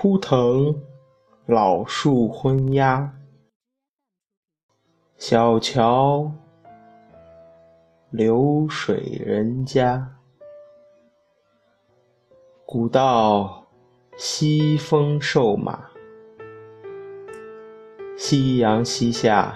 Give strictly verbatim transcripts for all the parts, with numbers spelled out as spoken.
枯藤老树昏鸦，小桥流水人家。古道西风瘦马，夕阳西下，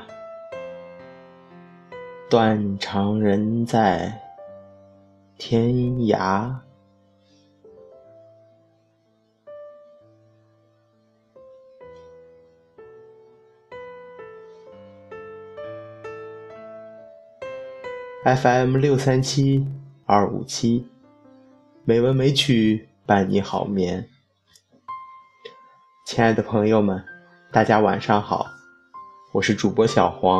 断肠人在天涯。F M 六三七二五七，美文美曲伴你好眠。亲爱的朋友们，大家晚上好，我是主播小黄。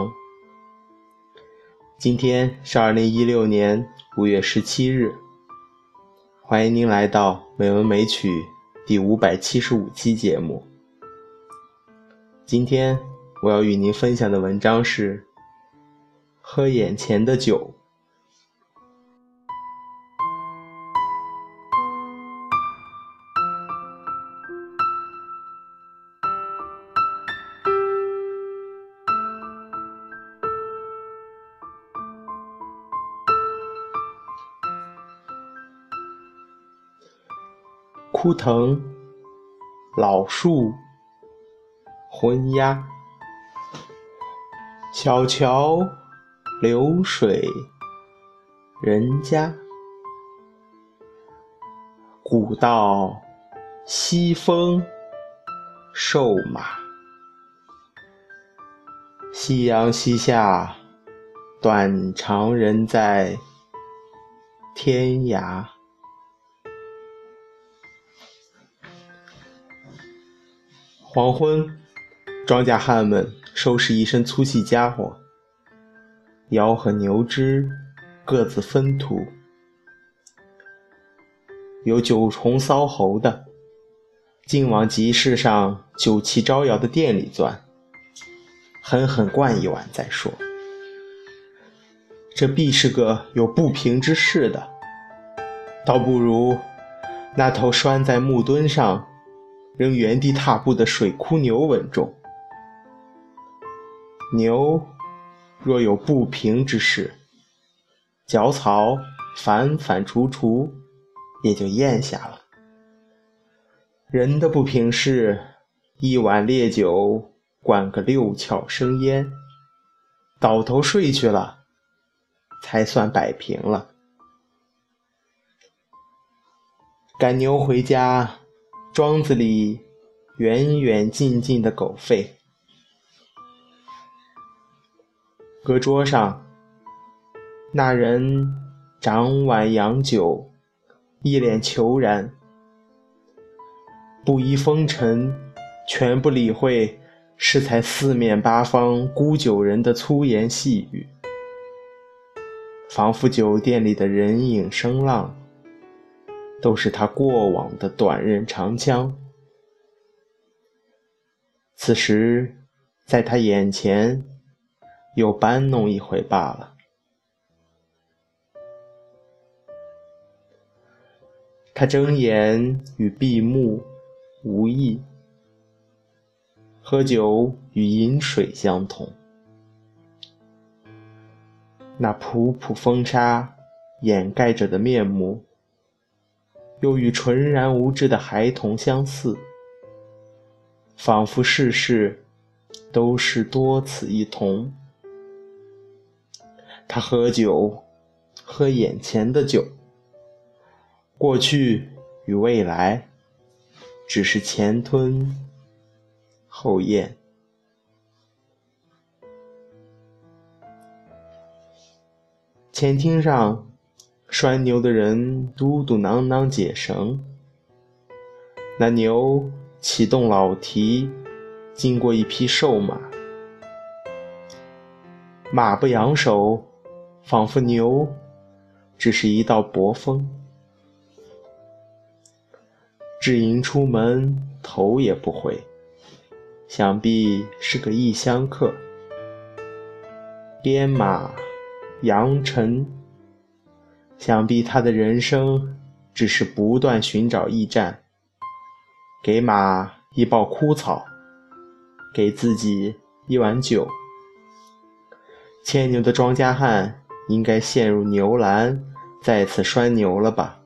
今天是二零一六年五月十七日，欢迎您来到美文美曲第五百七十五期节目。今天我要与您分享的文章是喝眼前的酒。枯藤老树昏鸦，小桥流水人家。古道西风瘦马，夕阳西下，断肠人在天涯。黄昏，庄稼汉们收拾一身粗细家伙，腰和牛只各自分途。有酒虫搔喉的，竟往集市上酒旗招摇的店里钻，狠狠灌一碗再说。这必是个有不平之事的，倒不如那头拴在木墩上仍原地踏步的水枯牛稳重。牛若有不平之事，嚼草反反刍刍也就咽下了。人的不平事，一碗烈酒灌个六窍生烟，倒头睡去了，才算摆平了。赶牛回家，庄子里远远近近的狗吠。隔桌上，那人掌碗扬酒，一脸虬然，不依风尘，全不理会适才四面八方沽酒人的粗言细语，仿佛酒店里的人影声浪都是他过往的短刃长枪。此时在他眼前又搬弄一回罢了。他睁眼与闭目无异，喝酒与饮水相同。那仆仆风沙掩盖着的面目，又与纯然无知的孩童相似，仿佛事事都是多此一同。他喝酒，喝眼前的酒，过去与未来只是前吞后咽。前厅上拴牛的人嘟嘟囔囔解绳，那牛启动老蹄，经过一匹瘦马，马不扬手，仿佛牛只是一道薄风。智营出门，头也不回，想必是个异乡客。鞭马扬尘，想必他的人生只是不断寻找驿站，给马一包枯草，给自己一碗酒。牵牛的庄稼汉应该陷入牛栏，再次拴牛了吧？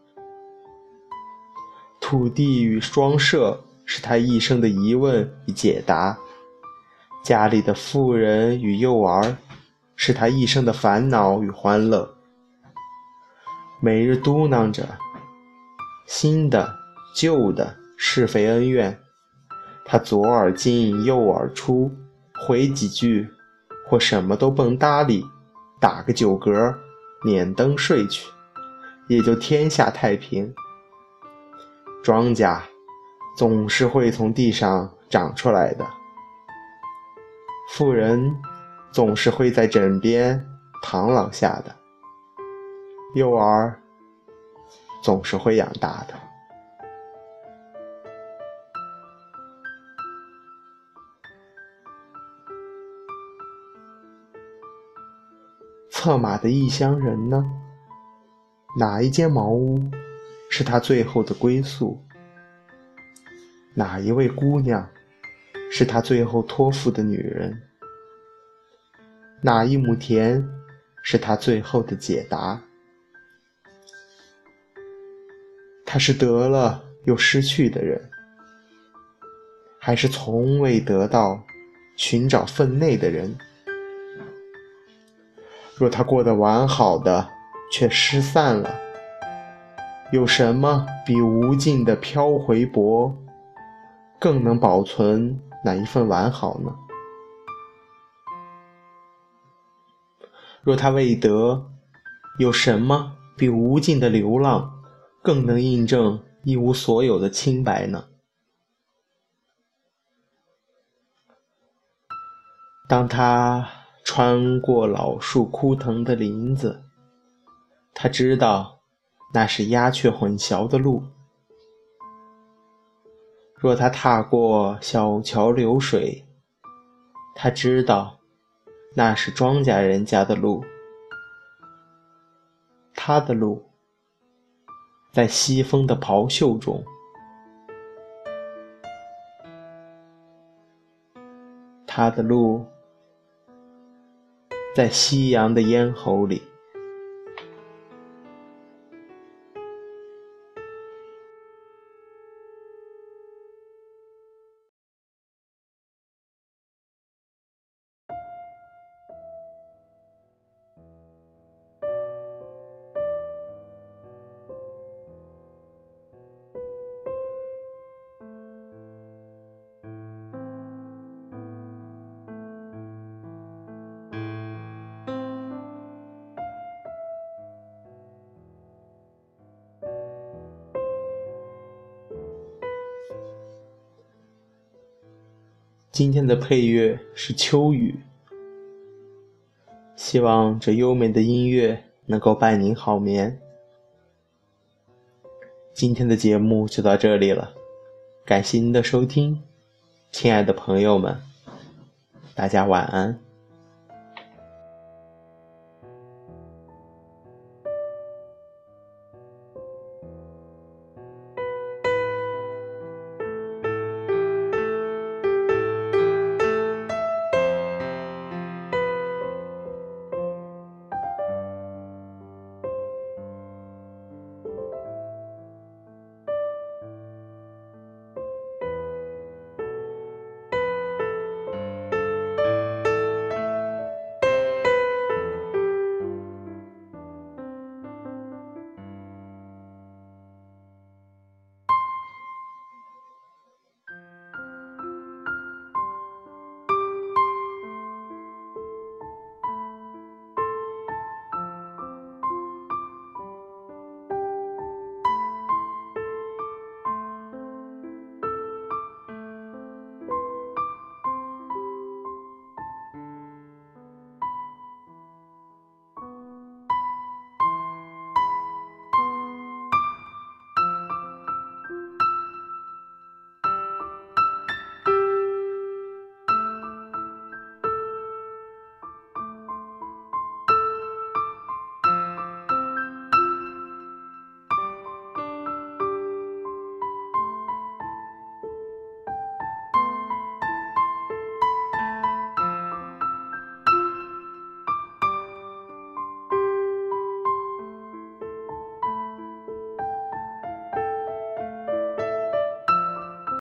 土地与庄舍是他一生的疑问与解答，家里的妇人与幼儿是他一生的烦恼与欢乐。每日嘟囔着新的旧的是非恩怨，他左耳进右耳出，回几句或什么都甭搭理，打个酒嗝，捻灯睡去，也就天下太平。庄稼总是会从地上长出来的，妇人总是会在枕边躺朗下的，幼儿总是会养大的。策马的异乡人呢？哪一间茅屋是他最后的归宿？哪一位姑娘是他最后托付的女人？哪一亩田是他最后的解答？他是得了又失去的人，还是从未得到寻找分内的人？若他过得完好的却失散了，有什么比无尽的飘回泊更能保存哪一份完好呢？若他未得，有什么比无尽的流浪更能印证一无所有的清白呢？当他穿过老树枯藤的林子，他知道那是鸦雀混淆的路。若他踏过小桥流水，他知道那是庄稼人家的路。他的路在西风的袍袖中，他的路在夕阳的咽喉里。今天的配乐是秋雨，希望这优美的音乐能够伴您好眠。今天的节目就到这里了，感谢您的收听，亲爱的朋友们，大家晚安。